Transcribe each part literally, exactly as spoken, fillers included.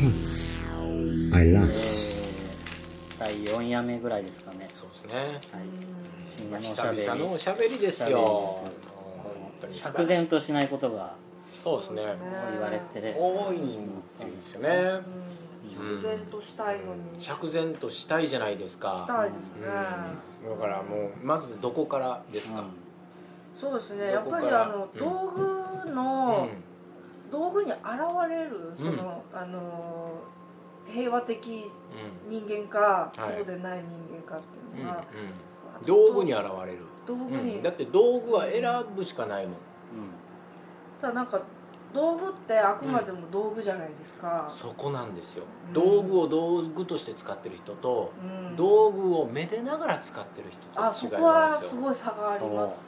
months I lost だいよん夜目ぐらいですかね。 そうですね、 はい、深夜のおしゃべり久々のおしゃべりですよ。 釈然としないことがそうですね言われて多いんですよね、 うん、釈然としたいのに、 釈然としたいじゃないですか。 したいですね、 うん、だからもうまずどこからですか。 うん、そうですね、やっぱりあの、うん、道具の、うん、道具に現れるその、うん、あの平和的人間か、うん、そうでない人間かっていうのは、 うんうん、道具に現れる道具に、 うん、だって道具は選ぶしかないもん、うん、 ただなんか道具ってあくまでも道具じゃないですか、 うん、そこなんですよ、うん、道具を道具として使ってる人と、うん、道具をめでながら使ってる人と違いますよ。 あ、そこはすごい差がありますよね、はいはい、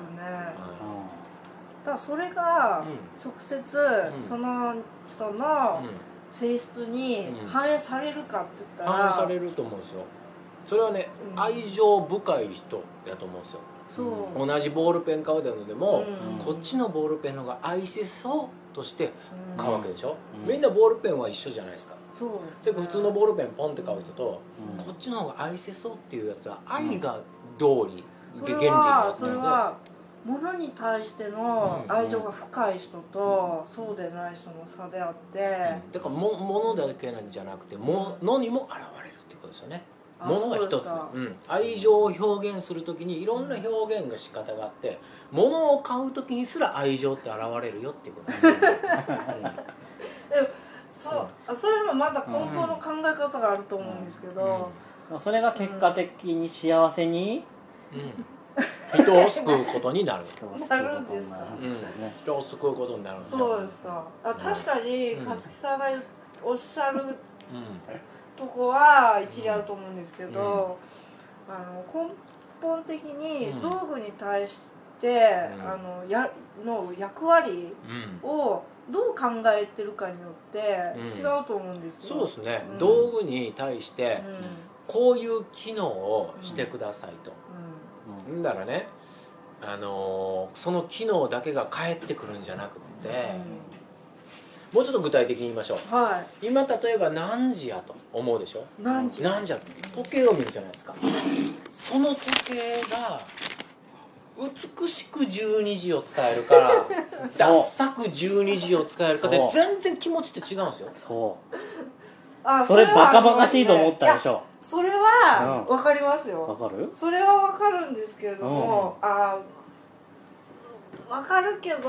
だからそれが直接その人の性質に反映されるかって言ったら、 反映されると思うんですよ。それはね、うん、愛情深い人だと思うんですよ。そう同じボールペン買うのでも、うん、こっちのボールペンの方が愛しそうとして買うわけでしょ、うん、みんなボールペンは一緒じゃないですか。 そうですね、 普通のボールペンポンって買う人と、うん、こっちの方が愛せそうっていうやつは愛が通り、 うん、原理になってるので、それは物に対しての愛情が深い人と、うん、そうでない人の差であって、 うん、だからも物だけなんじゃなくて物にも現れるっていうことですよね。物が一つ、うん、愛情を表現するときにいろんな表現が仕方があって、物を買うときにすら愛情って現れるよっていうことです、ね、うん、でもそうそれもまた根本の考え方があると思うんですけど、 うんうん、それが結果的に幸せに、 うん、人を救うことになる人を救うことになるんですよね、うん、人を救うことになるんですよ。 そうですか。あ、確かに勝木さんがおっしゃる、うんとこは一理あると思うんですけど、うん、あの根本的に道具に対して、うん、あのやの役割をどう考えてるかによって違うと思うんですよ、 うん、そうですね、うん、道具に対してこういう機能をしてくださいと、うんうん、だからね、あのー、その機能だけが返ってくるんじゃなくて、うん、もうちょっと具体的に言いましょう、はい、今例えば何時やと思うでしょ。 何時何時や時計を見るじゃないですか。その時計が美しくじゅうにじを伝えるかダッサくじゅうにじを伝えるかで全然気持ちって違うんですよ。 そうあ そ, れそれバカバカしいと思ったでしょ。 それは分かりますよ、 うん、分かるそれは分かるんですけれども、うん、あ分かるけど、うん、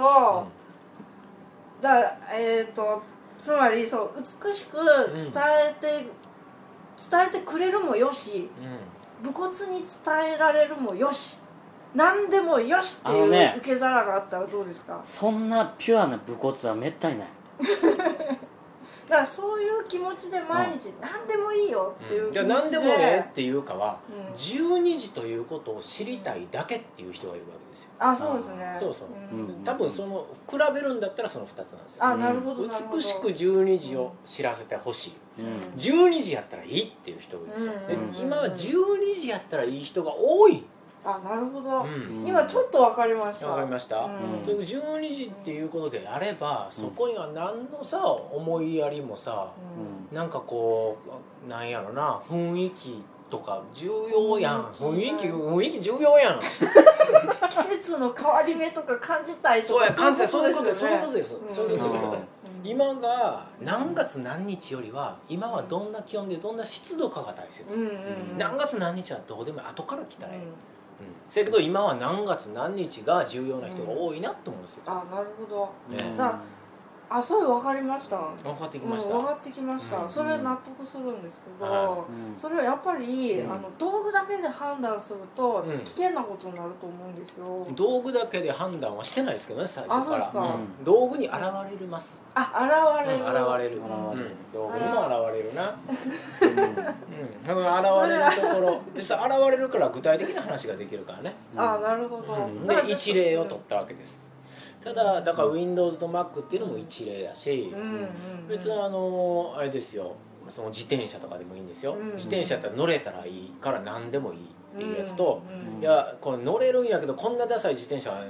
だえっ、ー、とつまりそう美しく伝えて、うん、伝えてくれるもよし、うん、武骨に伝えられるもよし、何でもよしっていう、ね、受け皿があったらどうですか。 そんなピュアな武骨はめったにないだからそういう気持ちで毎日何でもいいよっていう気持ちで、うん、 じゃあ何でもええっていうかは、うん、じゅうにじということを知りたいだけっていう人がいるわけですよ。 あ、そうですね。 そうそう、うん、多分その比べるんだったらそのふたつなんですよ。 あ、なるほど、 美しくじゅうにじを知らせてほしい、うん、じゅうにじやったらいいっていう人がいるんですよ、うん、で今はじゅうにじやったらいい人が多い。 あ、なるほど、うん、今ちょっと分かりました。 分かりました、うん、というじゅうにじっていうことであれば、そこには何のさ思いやりもさ、うん、なんかこうなんやろな、雰囲気とか重要やん、雰囲気雰囲気重要やん季節の変わり目とか感じたいとか、 そうや感じたい、そういうことです、そういうことです、そういうことですよね。今が何月何日よりは今はどんな気温でどんな湿度かが大切、うんうんうん、何月何日はどうでも後から来たらいい、うん、せやけど今は何月何日が重要な人が多いなと思うんですよ、 うん、あ、なるほど、ね、だあ、それ分かりました。 分かってきました、 うん、分かってきました、うん、それ納得するんですけど、うん、それはやっぱり、うん、あの道具だけで判断すると危険なことになると思うんですよ、 うん、道具だけで判断はしてないですけどね、最初から。あ、そうですか、 うん、 道具に現れます。 あ、現れる、 うん、現れる、うん、道具にも現れるなうん、うん、だから現れるところでさ、現れるから具体的な話ができるからね、 うん、あ、なるほど、うん、 で一例を取ったわけです。ただだから Windows と Mac っていうのも一例だし、うんうんうん、別にあのあれですよ、その自転車とかでもいいんですよ、うんうん、自転車だったら乗れたらいいから何でもいいっていうやつと、うんうん、いやこれ乗れるんやけどこんなダサい自転車は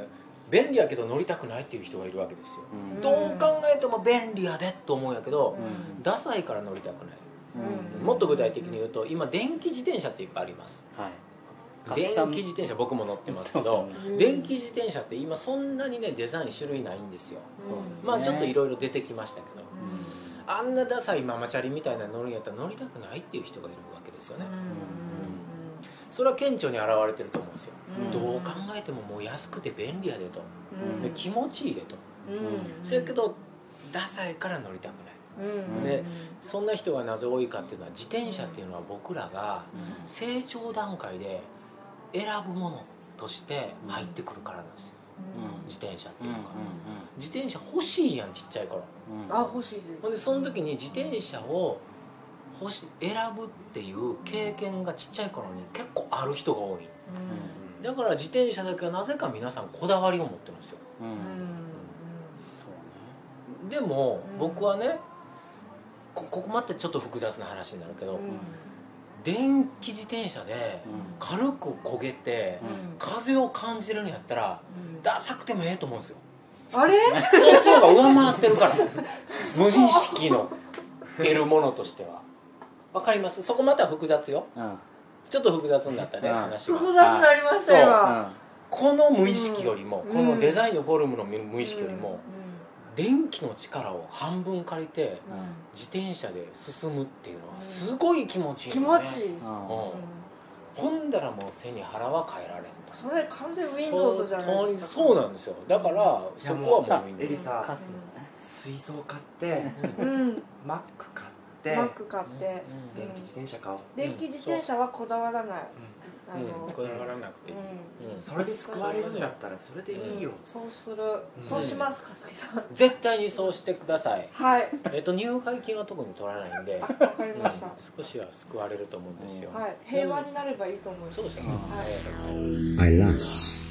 便利やけど乗りたくないっていう人がいるわけですよ、 うんどう考えても便利やでと思うんやけど、 うんダサいから乗りたくない、 うんもっと具体的に言うと今電気自転車っていっぱいあります。 はい電気自転車僕も乗ってますけど、 うん電気自転車って今そんなにねデザイン種類ないんですよ、 そうですねまあちょっといろいろ出てきましたけど、 うんあんなダサいママチャリみたいなの乗るんやったら乗りたくないっていう人がいるわけですよね、それは顕著に現れてると思うんですよ、 うんどう考えてももう安くて便利やでと、 うんで気持ちいいでと、 うんそやけどダサいから乗りたくない、 うんでそんな人がなぜ多いかっていうのは自転車っていうのは僕らが成長段階で選ぶものとして入ってくるからなんですよ、 うん自転車ってうんうんいうのが、自転車欲しいやんちっちゃい頃、 うんあ欲しいですほんでその時に自転車を欲し選ぶっていう経験がちっちゃい頃に結構ある人が多い、 うんだから自転車だけはなぜか皆さんこだわりを持ってるんですよ。 うんうんうんそうねでもうん僕はねこここまでちょっと複雑な話になるけど、 うん電気自転車でうん軽く焦げてうん風を感じるんやったらうんダサくてもええと思うんですよ。 あれそっちの方が上回ってるから無意識の得るものとしてはわかります。そこまた複雑よ。 うんちょっと複雑になったね、 うん話が。 複雑になりましたよ今この無意識よりも、 うんこのデザインのフォルムの無意識よりも、 うん電気の力を半分借りて自転車で進むっていうのはすごい気持ちいい気よね、 持ちいいです、 うんうんほんだらもう背に腹は変えられんと。 それ完全 Windows じゃないですか。 そうなんですよ。だからそこはもうみんなエリさカス水槽買ってうんマック買ってマック買って、 電気自転車買おう、 電気自転車はこだわらない、あうんの、 こだわらなくていい、 うんうんそれで救われるんだったらそれでいいよ、 そうする、そうしますかつきさん。 絶対にそうしてください。 はい、 えっと入会金は特に取らないんで、 わかりました。 少しは救われると思うんですよ、 はい、平和になればいいと思います。 そうですね、 うんはい I laugh.